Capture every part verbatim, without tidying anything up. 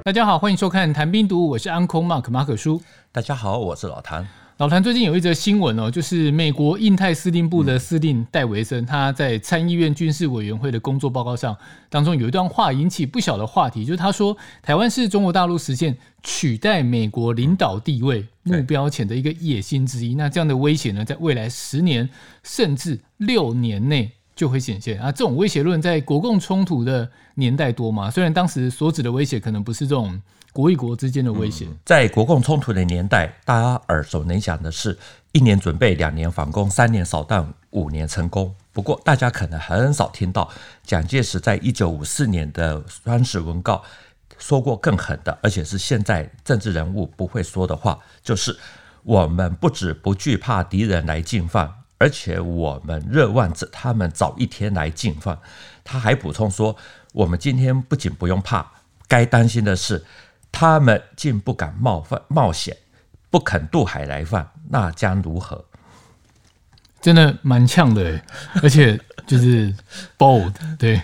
大家好，欢迎收看谈兵读武，我是安空 Mark 马可叔。 大家好，我是老谭。 老谭最近有一则新闻哦，就是美国印太司令部的司令戴维森，他在参议院军事委员会的工作报告上当中有一段话引起不小的话题，就是他说台湾是中国大陆实现取代美国领导地位目标前的一个野心之一。那这样的威胁呢，在未来十年甚至六年内就会显现啊！这种威胁论在国共冲突的年代多嘛？虽然当时所指的威胁可能不是这种国与国之间的威胁、嗯， 在国共冲突的年代，大家耳熟能详的是一年准备，两年反攻，三年扫荡，五年成功。不过，大家可能很少听到蒋介石在一九五四年的酸石文告说过更狠的，而且是现在政治人物不会说的话，就是我们不只不惧怕敌人来进犯，而且我们热望着他们早一天来进犯。他还补充说，我们今天不仅不用怕，该担心的是他们竟不敢冒犯冒险，不肯渡海来犯，那将如何？ 真的蛮呛的耶，而且就是 bold 对。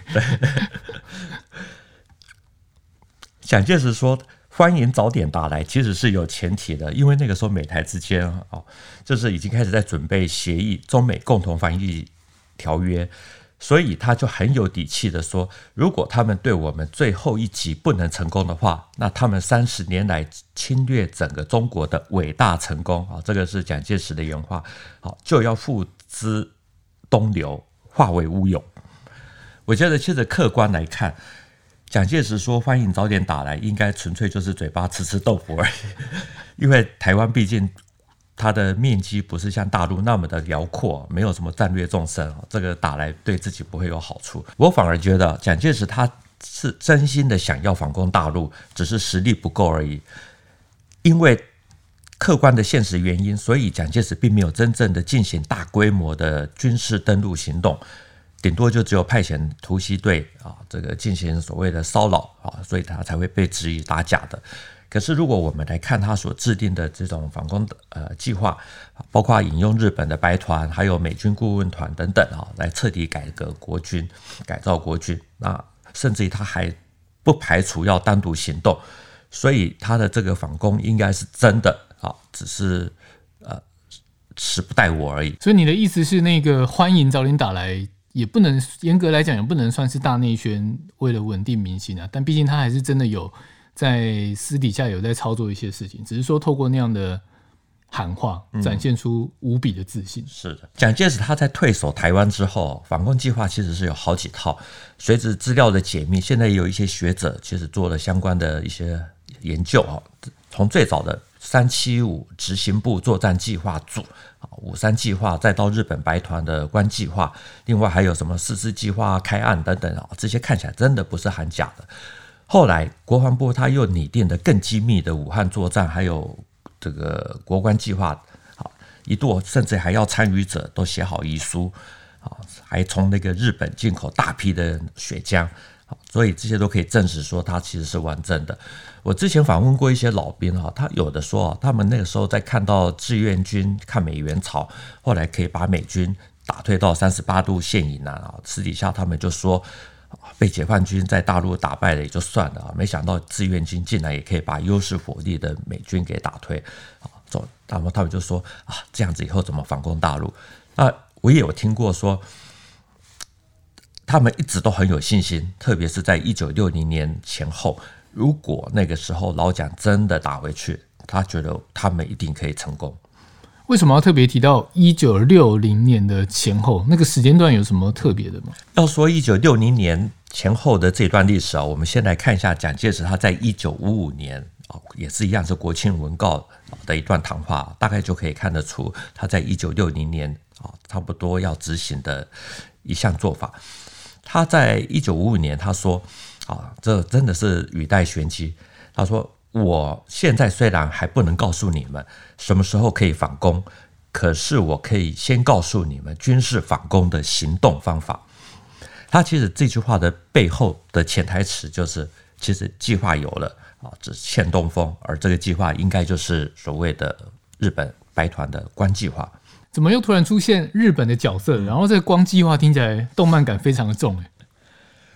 蒋介石说欢迎早点打来，其实是有前提的，因为那个时候美台之间、哦、就是已经开始在准备协议中美共同防御条约，所以他就很有底气的说，如果他们对我们最后一击不能成功的话，那他们三十年来侵略整个中国的伟大成功、哦、这个是蒋介石的原话、哦、就要付之东流，化为乌有。我觉得其实客观来看，蒋介石说欢迎早点打来，应该纯粹就是嘴巴吃吃豆腐而已，因为台湾毕竟它的面积不是像大陆那么的辽阔，没有什么战略纵深，这个打来对自己不会有好处。我反而觉得蒋介石他是真心的想要反攻大陆，只是实力不够而已。因为客观的现实原因，所以蒋介石并没有真正的进行大规模的军事登陆行动，顶多就只有派遣突袭队啊，这个进行所谓的骚扰啊，所以他才会被质疑打假的。可是如果我们来看他所制定的这种反攻呃计划，包括引用日本的白团，还有美军顾问团等等啊，来彻底改革国军、改造国军，那甚至于他还不排除要单独行动，所以他的这个反攻应该是真的啊，只是呃时不待我而已。 所以你的意思是，那个欢迎早点打来，也不能严格来讲也不能算是大内宣，为了稳定民心啊，但毕竟他还是真的有在私底下有在操作一些事情，只是说透过那样的喊话展现出无比的自信、嗯、 是的，蒋介石他在退守台湾之后，反攻计划其实是有好几套，随着资料的解密，现在也有一些学者其实做了相关的一些研究，从最早的三七五执行部作战计划组、五三计划，再到日本白团的关计划，另外还有什么四四计划、开案等等，这些看起来真的不是喊假的。后来国防部他又拟定了更机密的武汉作战，还有这个国关计划，一度甚至还要参与者都写好遗书，还从那个日本进口大批的血浆，所以这些都可以证实说它其实是完整的。我之前访问过一些老兵，他有的说他们那个时候在看到志愿军抗美援朝，后来可以把美军打退到三十八度线以南，私底下他们就说被解放军在大陆打败了也就算了，没想到志愿军竟然也可以把优势火力的美军给打退，他们他们就说啊，这样子以后怎么反攻大陆？那我也有听过说，他们一直都很有信心，特别是在一九六零年前后，如果那个时候老蒋真的打回去，他觉得他们一定可以成功。 为什么要特别提到一九六零年的前后？那个时间段有什么特别的吗？ 要说一九六零年前后的这段历史啊，我们先来看一下蒋介石他在一九五五年也是一样是国庆文告的一段谈话，大概就可以看得出他在一九六零年差不多要执行的一项做法。他在一九五五年他说啊，这真的是语带玄机，他说我现在虽然还不能告诉你们什么时候可以反攻，可是我可以先告诉你们军事反攻的行动方法。他其实这句话的背后的潜台词就是，其实计划有了，只欠东风，而这个计划应该就是所谓的日本白团的关计划。 怎么又突然出现日本的角色？然后这个光计划听起来动漫感非常的重。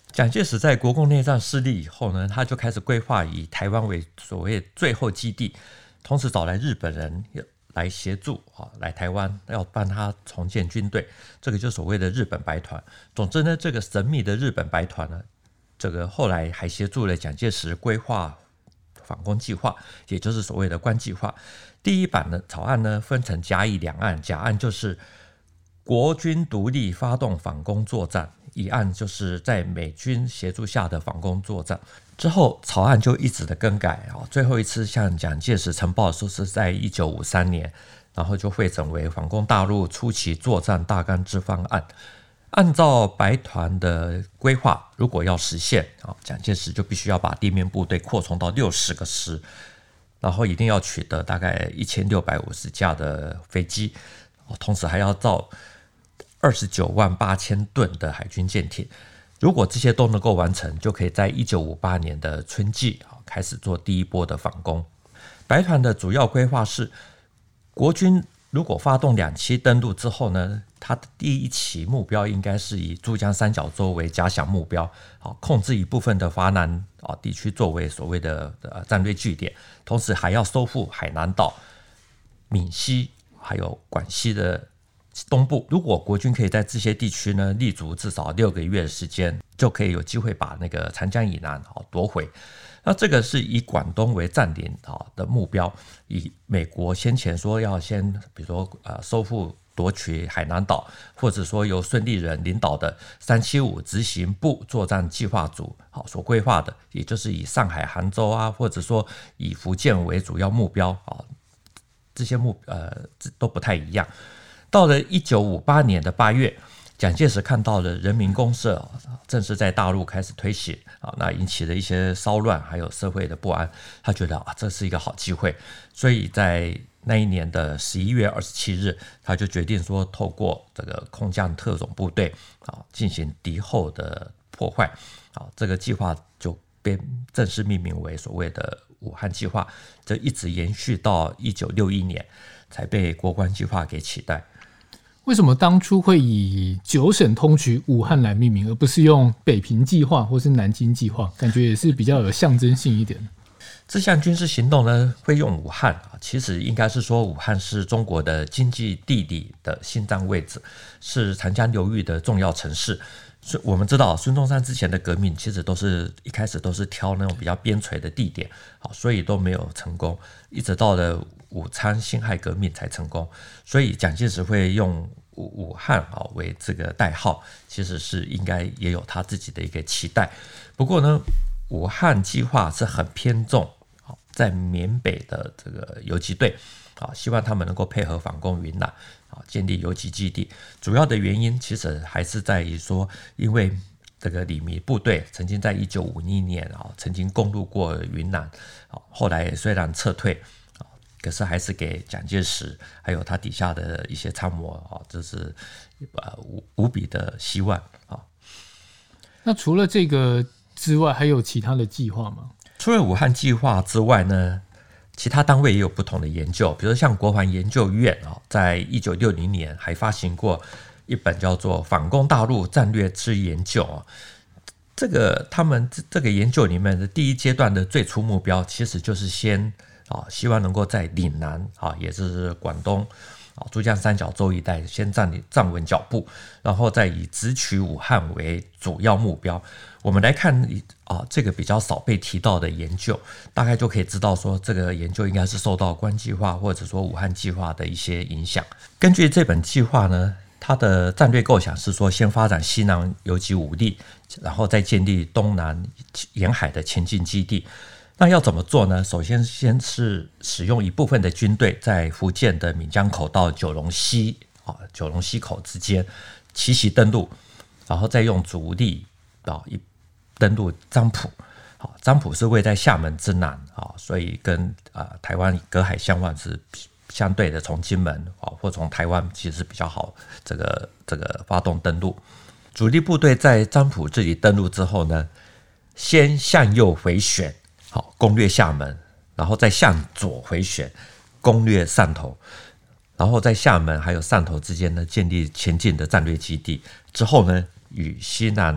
蒋介石在国共内战失利以后呢，他就开始规划以台湾为所谓最后基地，同时找来日本人来协助来台湾，要帮他重建军队，这个就是所谓的日本白团。总之呢，这个神秘的日本白团呢，这个后来还协助了蒋介石规划反攻计划，也就是所谓的关计划。第一版的草案呢，分成甲乙两案，甲案就是国军独立发动反攻作战，乙案就是在美军协助下的反攻作战。之后草案就一直的更改，最后一次向蒋介石呈报说是在一九五三年，然后就汇整为反攻大陆初期作战大纲之方案。按照白团的规划，如果要实现，蒋介石就必须要把地面部队扩充到六十个师，然后一定要取得大概一千六百五十架的飞机，同时还要造二十九万八千吨的海军舰艇。如果这些都能够完成，就可以在一九五八年的春季开始做第一波的反攻。白团的主要规划是，国军如果发动两栖登陆之后呢，它的第一期目标应该是以珠江三角洲为假想目标，控制一部分的华南地区作为所谓的战略据点，同时还要收复海南岛、闽西还有广西的东部。如果国军可以在这些地区呢立足至少六个月的时间，就可以有机会把那个长江以南夺回。那这个是以广东为占领的目标，以美国先前说要先比如说呃收复夺取海南岛，或者说由孙立人领导的三七五执行部作战计划组所规划的，也就是以上海、杭州啊，或者说以福建为主要目标，这些目呃都不太一样。到了一九五八年的八月，蒋介石看到了人民公社正式在大陆开始推行，那引起了一些骚乱还有社会的不安，他觉得啊这是一个好机会，所以在那一年的十一月二十七日，他就决定说透过这个空降特种部队进行敌后的破坏，这个计划就被正式命名为所谓的武汉计划，这一直延续到一九六一年才被国关计划给取代。 为什么当初会以九省通衢武汉来命名，而不是用北平计划或是南京计划？感觉也是比较有象征性一点。 这项军事行动呢，会用武汉，其实应该是说武汉是中国的经济地理的心脏位置，是长江流域的重要城市。我们知道孙中山之前的革命其实都是一开始都是挑那种比较边陲的地点，所以都没有成功，一直到了武昌辛亥革命才成功。所以蒋介石会用武汉为这个代号，其实是应该也有他自己的一个期待。不过呢，武汉计划是很偏重在缅北的这个游击队，希望他们能够配合反攻云南，建立游击基地。主要的原因其实还是在于说，因为这个李弥部队曾经在一九五一年曾经攻入过云南，后来虽然撤退，可是还是给蒋介石还有他底下的一些参谋，这是无比的希望。 那除了这个之外，还有其他的计划吗？ 除了武汉计划之外呢，其他单位也有不同的研究，比如像国防研究院在一九六零年还发行过一本叫做《反攻大陆战略之研究》。这个他们这个研究里面的第一阶段的最初目标，其实就是先希望能够在岭南，也就是广东珠江三角洲一带先站站稳脚步，然后再以直取武汉为主要目标。我们来看啊，这个比较少被提到的研究，大概就可以知道说，这个研究应该是受到关计划或者说武汉计划的一些影响。根据这本计划呢，它的战略构想是说，先发展西南游击武力，然后再建立东南沿海的前进基地。那要怎么做呢？首先先是使用一部分的军队在福建的闽江口到九龙溪啊九龙溪口之间奇袭登陆，然后再用主力啊一登陆漳浦。好，漳浦是位在厦门之南啊，所以跟啊台湾隔海相望是相对的，从金门啊或从台湾其实是比较好这个这个发动登陆。主力部队在漳浦这里登陆之后呢，先向右回旋。好，攻略厦门，然后再向左回旋，攻略汕头，然后在厦门还有汕头之间呢建立前进的战略基地。之后呢，与西南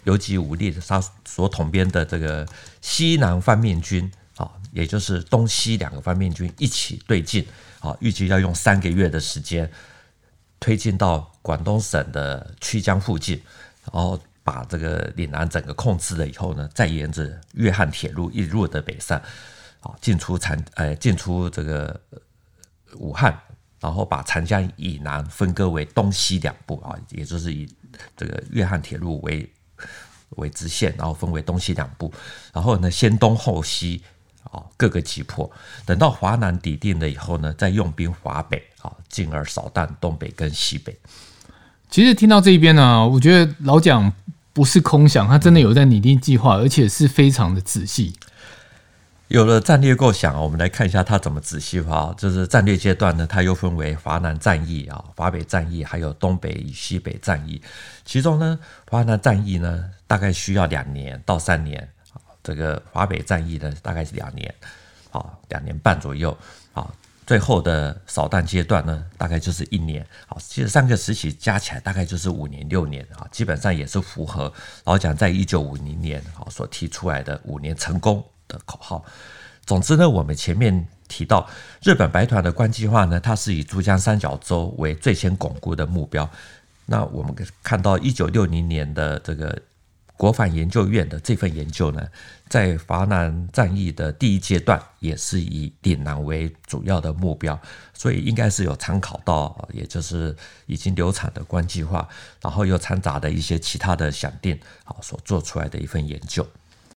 游击武力的他所统编的这个西南方面军啊，也就是东西两个方面军一起对进啊，预计要用三个月的时间推进到广东省的曲江附近，然后把这个岭南整个控制了以后呢，再沿着粤汉铁路一路的北上啊，进出长呃进出这个武汉。然后把长江以南分割为东西两部啊，也就是以这个粤汉铁路为为支线，然后分为东西两部。然后呢，先东后西啊，各个击破。等到华南抵定了以后呢，再用兵华北啊，进而扫荡东北跟西北。 其实听到这一边呢，我觉得老蒋不是空想，他真的有在拟定计划，而且是非常的仔细。 有了战略构想，我们来看一下它怎么仔细化。就是战略阶段呢，它又分为华南战役啊、华北战役，还有东北与西北战役。其中呢，华南战役呢大概需要两年到三年，这个华北战役呢大概是两年，啊，两年半左右啊。最后的扫荡阶段呢，大概就是一年。好，其实三个时期加起来大概就是五年六年啊，基本上也是符合老蒋在一九五零年啊所提出来的五年成功的口号。总之呢，我们前面提到日本白团的关计划呢，它是以珠江三角洲为最先巩固的目标。那我们看到一九六零年的这个国防研究院的这份研究呢，在华南战役的第一阶段也是以岭南为主要的目标，所以应该是有参考到，也就是已经流产的关计划，然后又掺杂的一些其他的想定所做出来的一份研究。